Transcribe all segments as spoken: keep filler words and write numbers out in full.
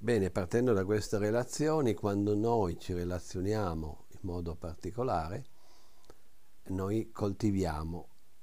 Bene, partendo da queste relazioni, quando noi ci relazioniamo in modo particolare, noi coltiviamo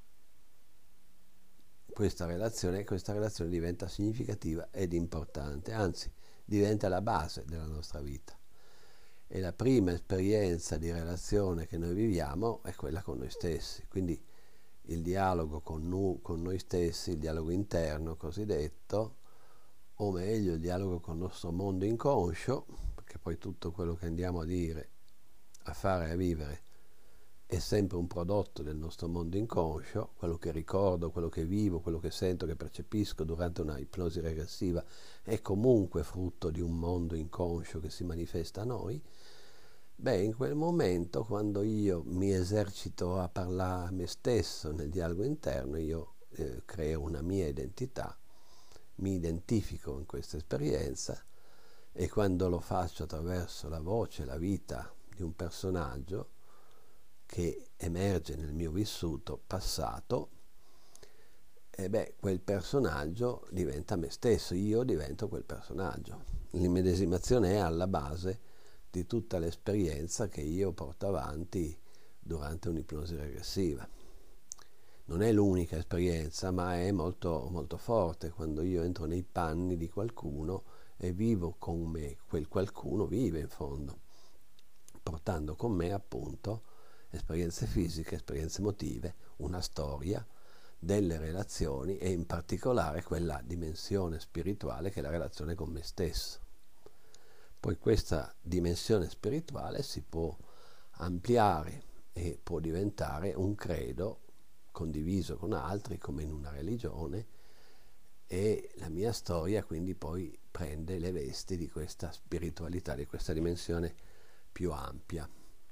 questa relazione e questa relazione diventa significativa ed importante, anzi diventa la base della nostra vita. E la prima esperienza di relazione che noi viviamo è quella con noi stessi, quindi il dialogo con, nu, con noi stessi, il dialogo interno cosiddetto, o meglio il dialogo con il nostro mondo inconscio, perché poi tutto quello che andiamo a dire, a fare, a vivere è sempre un prodotto del nostro mondo inconscio. Quello che ricordo, quello che vivo, quello che sento, che percepisco durante una ipnosi regressiva è comunque frutto di un mondo inconscio che si manifesta a noi. Beh, in quel momento, quando io mi esercito a parlare a me stesso nel dialogo interno, io eh, creo una mia identità, mi identifico in questa esperienza, e quando lo faccio attraverso la voce, la vita di un personaggio che emerge nel mio vissuto passato, e beh, quel personaggio diventa me stesso, io divento quel personaggio. L'immedesimazione è alla base di tutta l'esperienza che io porto avanti durante un'ipnosi regressiva. Non è l'unica esperienza, ma è molto, molto forte quando io entro nei panni di qualcuno e vivo come quel qualcuno vive in fondo, portando con me appunto esperienze fisiche, esperienze emotive, una storia, delle relazioni e in particolare quella dimensione spirituale che è la relazione con me stesso. Poi questa dimensione spirituale si può ampliare e può diventare un credo condiviso con altri come in una religione, e la mia storia quindi poi prende le vesti di questa spiritualità, di questa dimensione più ampia.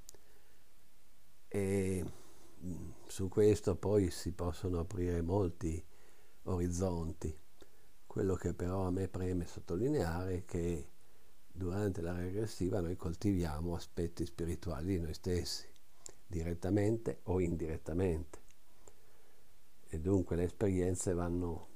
E su questo poi si possono aprire molti orizzonti. Quello che però a me preme sottolineare è che durante la regressiva noi coltiviamo aspetti spirituali di noi stessi, direttamente o indirettamente. E dunque le esperienze vanno,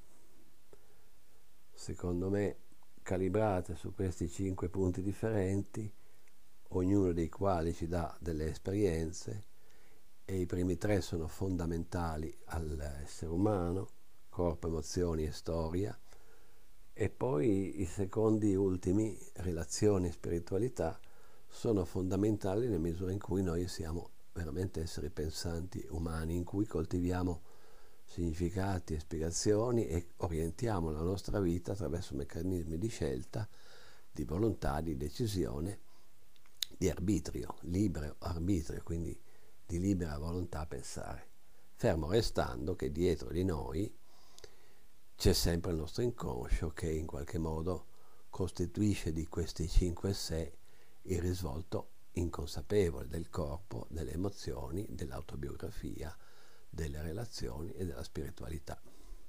secondo me, calibrate su questi cinque punti differenti, ognuno dei quali ci dà delle esperienze, e i primi tre sono fondamentali all'essere umano: corpo, emozioni e storia, e poi i secondi ultimi, relazioni e spiritualità, sono fondamentali nella misura in cui noi siamo veramente esseri pensanti umani, in cui coltiviamo significati e spiegazioni e orientiamo la nostra vita attraverso meccanismi di scelta, di volontà, di decisione, di arbitrio, libero arbitrio, quindi di libera volontà a pensare, fermo restando che dietro di noi c'è sempre il nostro inconscio che in qualche modo costituisce di questi cinque sé il risvolto inconsapevole del corpo, delle emozioni, dell'autobiografia, delle relazioni e della spiritualità.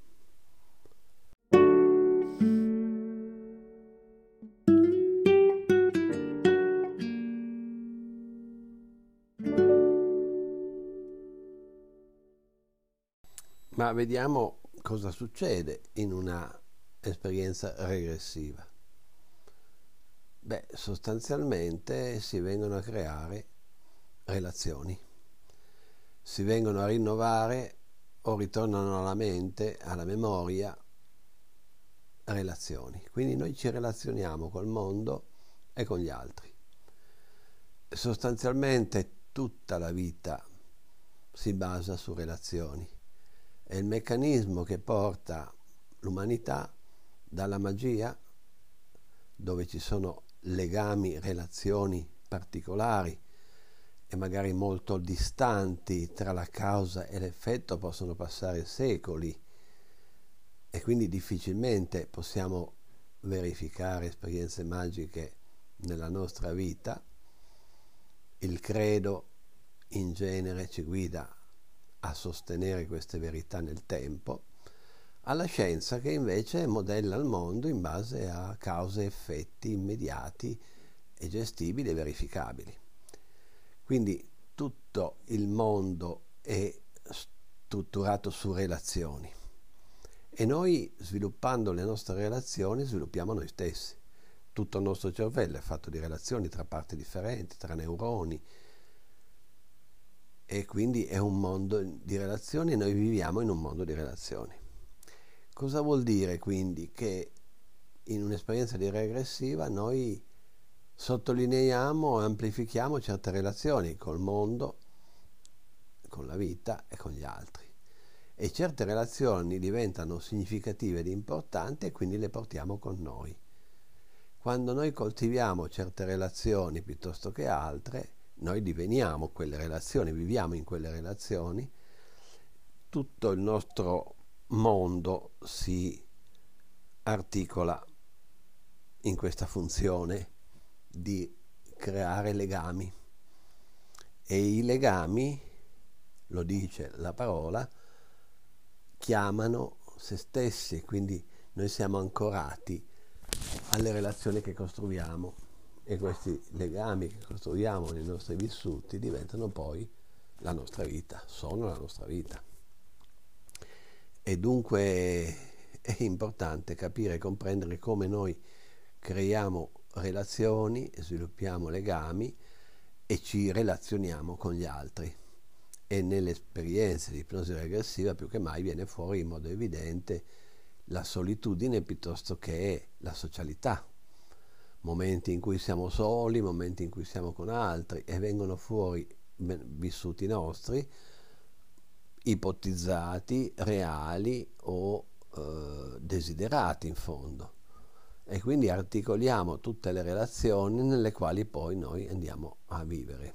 Ma vediamo cosa succede in una esperienza regressiva. Beh, sostanzialmente si vengono a creare relazioni, si vengono a rinnovare o ritornano alla mente, alla memoria, relazioni. Quindi noi ci relazioniamo col mondo e con gli altri. Sostanzialmente tutta la vita si basa su relazioni. È il meccanismo che porta l'umanità dalla magia, dove ci sono legami, relazioni particolari e magari molto distanti tra la causa e l'effetto, possono passare secoli e quindi difficilmente possiamo verificare esperienze magiche nella nostra vita. Il credo in genere ci guida a sostenere queste verità nel tempo, alla scienza che invece modella il mondo in base a cause e effetti immediati e gestibili e verificabili. Quindi tutto il mondo è strutturato su relazioni e noi, sviluppando le nostre relazioni, sviluppiamo noi stessi. tutto il nostro cervello è fatto di relazioni tra parti differenti, tra neuroni, e quindi è un mondo di relazioni e noi viviamo in un mondo di relazioni. Cosa vuol dire quindi? Che in un'esperienza di regressiva noi sottolineiamo e amplifichiamo certe relazioni col mondo, con la vita e con gli altri. E certe relazioni diventano significative ed importanti e quindi le portiamo con noi. Quando noi coltiviamo certe relazioni piuttosto che altre, noi diveniamo quelle relazioni, viviamo in quelle relazioni, tutto il nostro mondo si articola in questa funzione di creare legami. E i legami, lo dice la parola, chiamano se stessi, quindi noi siamo ancorati alle relazioni che costruiamo e questi legami che costruiamo nei nostri vissuti diventano poi la nostra vita, sono la nostra vita. E dunque è importante capire e comprendere come noi creiamo relazioni, sviluppiamo legami e ci relazioniamo con gli altri. E nelle esperienze di ipnosi regressiva più che mai viene fuori in modo evidente la solitudine piuttosto che la socialità. Momenti in cui siamo soli, momenti in cui siamo con altri e vengono fuori vissuti nostri, ipotizzati, reali o eh, desiderati in fondo. E quindi articoliamo tutte le relazioni nelle quali poi noi andiamo a vivere.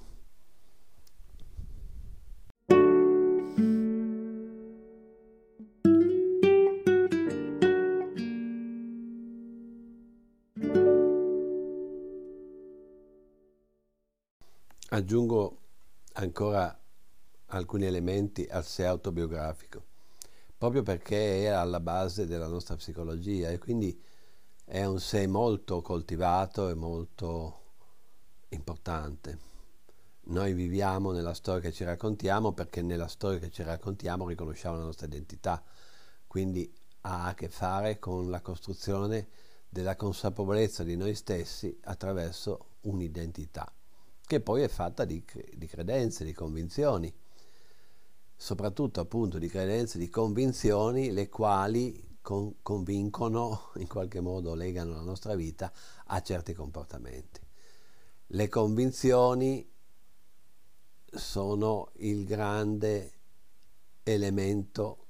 Aggiungo ancora alcuni elementi al sé autobiografico, proprio perché è alla base della nostra psicologia e quindi è un sé molto coltivato e molto importante. Noi viviamo nella storia che ci raccontiamo perché nella storia che ci raccontiamo riconosciamo la nostra identità, quindi ha a che fare con la costruzione della consapevolezza di noi stessi attraverso un'identità, che poi è fatta di, di credenze, di convinzioni, soprattutto appunto di credenze, di convinzioni, le quali con, convincono, in qualche modo legano la nostra vita a certi comportamenti. Le convinzioni sono il grande elemento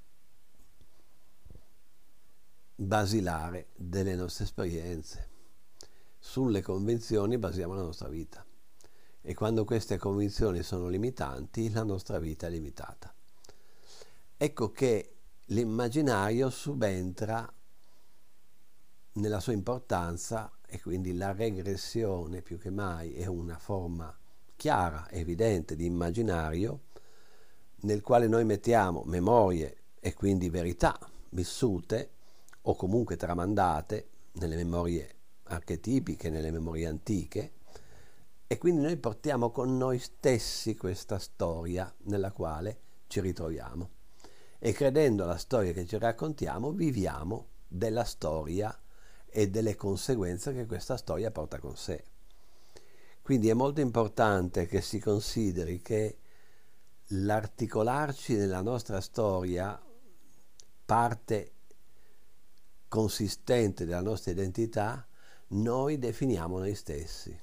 basilare delle nostre esperienze. Sulle convinzioni basiamo la nostra vita. E quando queste convinzioni sono limitanti, la nostra vita è limitata. Ecco che l'immaginario subentra nella sua importanza e quindi la regressione più che mai è una forma chiara, evidente di immaginario nel quale noi mettiamo memorie e quindi verità vissute o comunque tramandate nelle memorie archetipiche, nelle memorie antiche. E quindi noi portiamo con noi stessi questa storia nella quale ci ritroviamo. E credendo alla storia che ci raccontiamo, viviamo della storia e delle conseguenze che questa storia porta con sé. Quindi è molto importante che si consideri che l'articolarci nella nostra storia, parte consistente della nostra identità, noi definiamo noi stessi.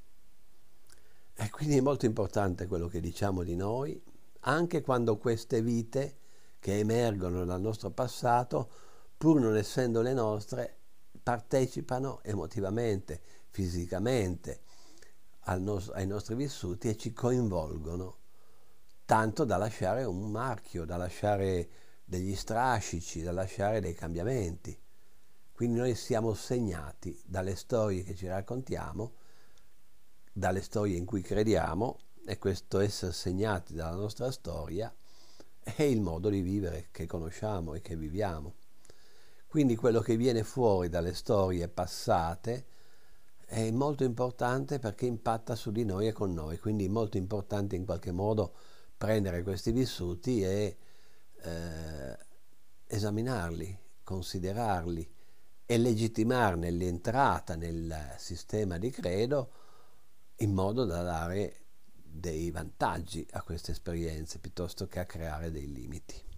E quindi è molto importante quello che diciamo di noi, anche quando queste vite che emergono dal nostro passato, pur non essendo le nostre, partecipano emotivamente, fisicamente al nos- ai nostri vissuti e ci coinvolgono, tanto da lasciare un marchio, da lasciare degli strascici, da lasciare dei cambiamenti. Quindi noi siamo segnati dalle storie che ci raccontiamo, dalle storie in cui crediamo, e questo essere segnati dalla nostra storia è il modo di vivere che conosciamo e che viviamo. Quindi quello che viene fuori dalle storie passate è molto importante perché impatta su di noi e con noi, quindi è molto importante in qualche modo prendere questi vissuti e eh, esaminarli, considerarli e legittimarne l'entrata nel sistema di credo in modo da dare dei vantaggi a queste esperienze piuttosto che a creare dei limiti.